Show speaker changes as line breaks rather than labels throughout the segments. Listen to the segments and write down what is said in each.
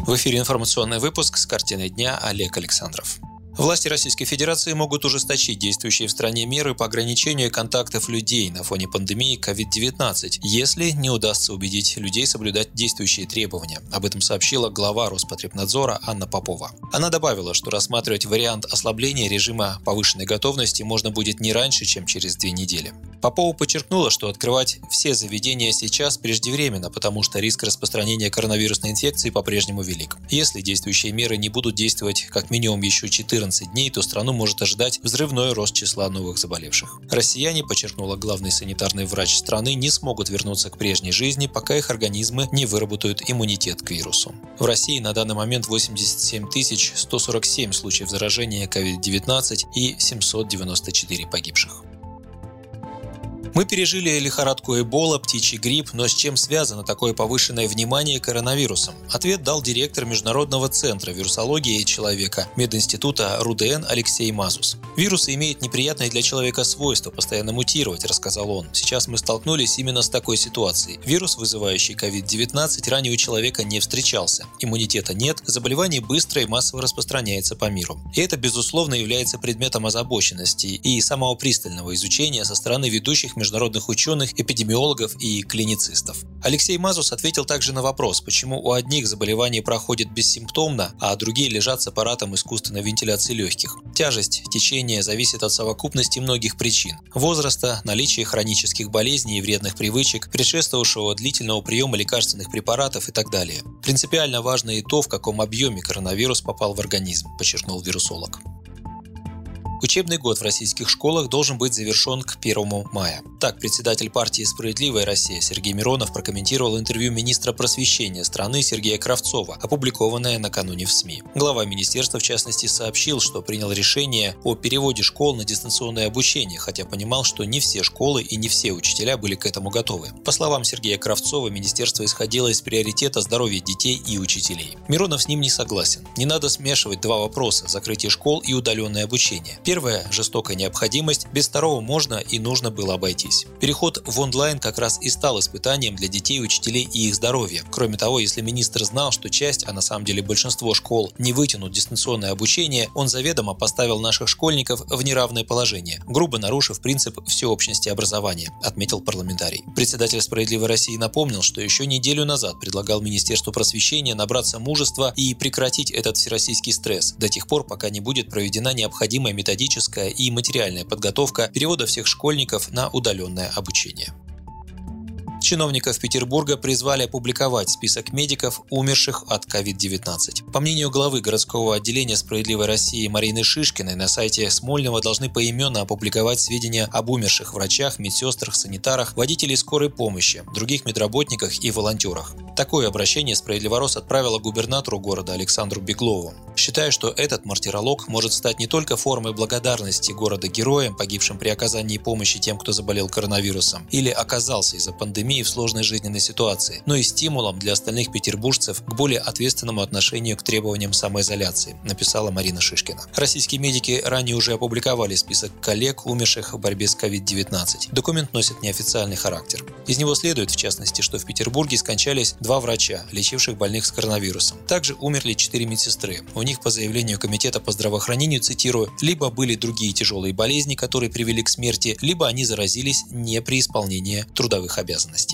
В эфире информационный выпуск с картиной дня. Олег Александров. Власти Российской Федерации могут ужесточить действующие в стране меры по ограничению контактов людей на фоне пандемии COVID-19, если не удастся убедить людей соблюдать действующие требования. Об этом сообщила глава Роспотребнадзора Анна Попова. Она добавила, что рассматривать вариант ослабления режима повышенной готовности можно будет не раньше, чем через 2 недели. Попова подчеркнула, что открывать все заведения сейчас преждевременно, потому что риск распространения коронавирусной инфекции по-прежнему велик. Если действующие меры не будут действовать как минимум еще 14 дней, то страну может ожидать взрывной рост числа новых заболевших. Россияне, подчеркнула главный санитарный врач страны, не смогут вернуться к прежней жизни, пока их организмы не выработают иммунитет к вирусу. В России на данный момент 87 147 случаев заражения COVID-19 и 794 погибших. Мы пережили лихорадку Эбола, птичий грипп, но с чем связано такое повышенное внимание коронавирусом? Ответ дал директор Международного центра вирусологии человека мединститута РУДН Алексей Мазус. Вирусы имеют неприятное для человека свойство постоянно мутировать, рассказал он. Сейчас мы столкнулись именно с такой ситуацией. Вирус, вызывающий COVID-19, ранее у человека не встречался. Иммунитета нет, заболевание быстро и массово распространяется по миру. И это, безусловно, является предметом озабоченности и самого пристального изучения со стороны ведущих международных ученых, эпидемиологов и клиницистов. Алексей Мазус ответил также на вопрос, почему у одних заболевание проходит бессимптомно, а другие лежат с аппаратом искусственной вентиляции легких. Тяжесть течения зависит от совокупности многих причин: возраста, наличия хронических болезней и вредных привычек, предшествовавшего длительного приема лекарственных препаратов и так далее. Принципиально важно и то, в каком объеме коронавирус попал в организм, подчеркнул вирусолог. Учебный год в российских школах должен быть завершен к 1 мая. Так, председатель партии «Справедливая Россия» Сергей Миронов прокомментировал интервью министра просвещения страны Сергея Кравцова, опубликованное накануне в СМИ. Глава министерства, в частности, сообщил, что принял решение о переводе школ на дистанционное обучение, хотя понимал, что не все школы и не все учителя были к этому готовы. По словам Сергея Кравцова, министерство исходило из приоритета здоровья детей и учителей. Миронов с ним не согласен. Не надо смешивать два вопроса – закрытие школ и удаленное обучение. Первое – жестокая необходимость, без второго можно и нужно было обойтись. Переход в онлайн как раз и стал испытанием для детей, учителей и их здоровья. Кроме того, если министр знал, что часть, а на самом деле большинство школ не вытянут дистанционное обучение, он заведомо поставил наших школьников в неравное положение, грубо нарушив принцип всеобщности образования, отметил парламентарий. Председатель «Справедливой России» напомнил, что еще неделю назад предлагал Министерству просвещения набраться мужества и прекратить этот всероссийский стресс до тех пор, пока не будет проведена необходимая методическая и материальная подготовка перевода всех школьников на удаленное обучение. Чиновников Петербурга призвали опубликовать список медиков, умерших от COVID-19. По мнению главы городского отделения «Справедливой России» Марины Шишкиной, на сайте Смольного должны поименно опубликовать сведения об умерших врачах, медсестрах, санитарах, водителей скорой помощи, других медработниках и волонтерах. Такое обращение «Справедливорос» отправила губернатору города Александру Беглову, считая, что этот мартиролог может стать не только формой благодарности города героям, погибшим при оказании помощи тем, кто заболел коронавирусом или оказался из-за пандемии в сложной жизненной ситуации, но и стимулом для остальных петербуржцев к более ответственному отношению к требованиям самоизоляции, написала Марина Шишкина. Российские медики ранее уже опубликовали список коллег, умерших в борьбе с COVID-19. Документ носит неофициальный характер. Из него следует, в частности, что в Петербурге скончались 2 врача, лечивших больных с коронавирусом. Также умерли 4 медсестры. У них, по заявлению Комитета по здравоохранению, цитирую, либо были другие тяжелые болезни, которые привели к смерти, либо они заразились не при исполнении трудовых обязанностей.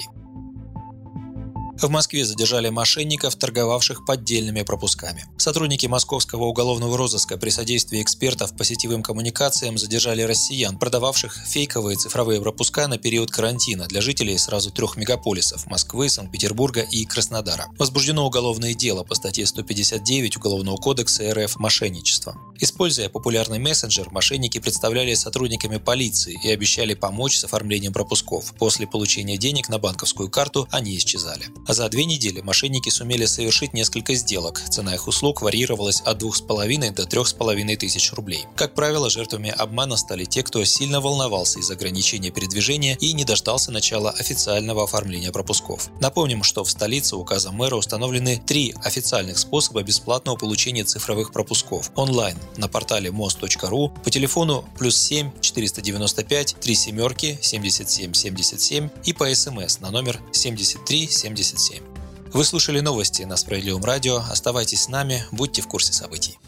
В Москве задержали мошенников, торговавших поддельными пропусками. Сотрудники московского уголовного розыска при содействии экспертов по сетевым коммуникациям задержали россиян, продававших фейковые цифровые пропуска на период карантина для жителей сразу 3 мегаполисов – Москвы, Санкт-Петербурга и Краснодара. Возбуждено уголовное дело по статье 159 Уголовного кодекса РФ «Мошенничество». Используя популярный мессенджер, мошенники представляли сотрудниками полиции и обещали помочь с оформлением пропусков. После получения денег на банковскую карту они исчезали. За 2 недели мошенники сумели совершить несколько сделок. Цена их услуг варьировалась от 2,5 до 3,5 тысяч рублей. Как правило, жертвами обмана стали те, кто сильно волновался из-за ограничения передвижения и не дождался начала официального оформления пропусков. Напомним, что в столице указом мэра установлены 3 официальных способа бесплатного получения цифровых пропусков: онлайн на портале mos.ru, по телефону +7 495 37 77 77 и по СМС на номер 73 77. Вы слушали новости на Справедливом радио. Оставайтесь с нами, будьте в курсе событий.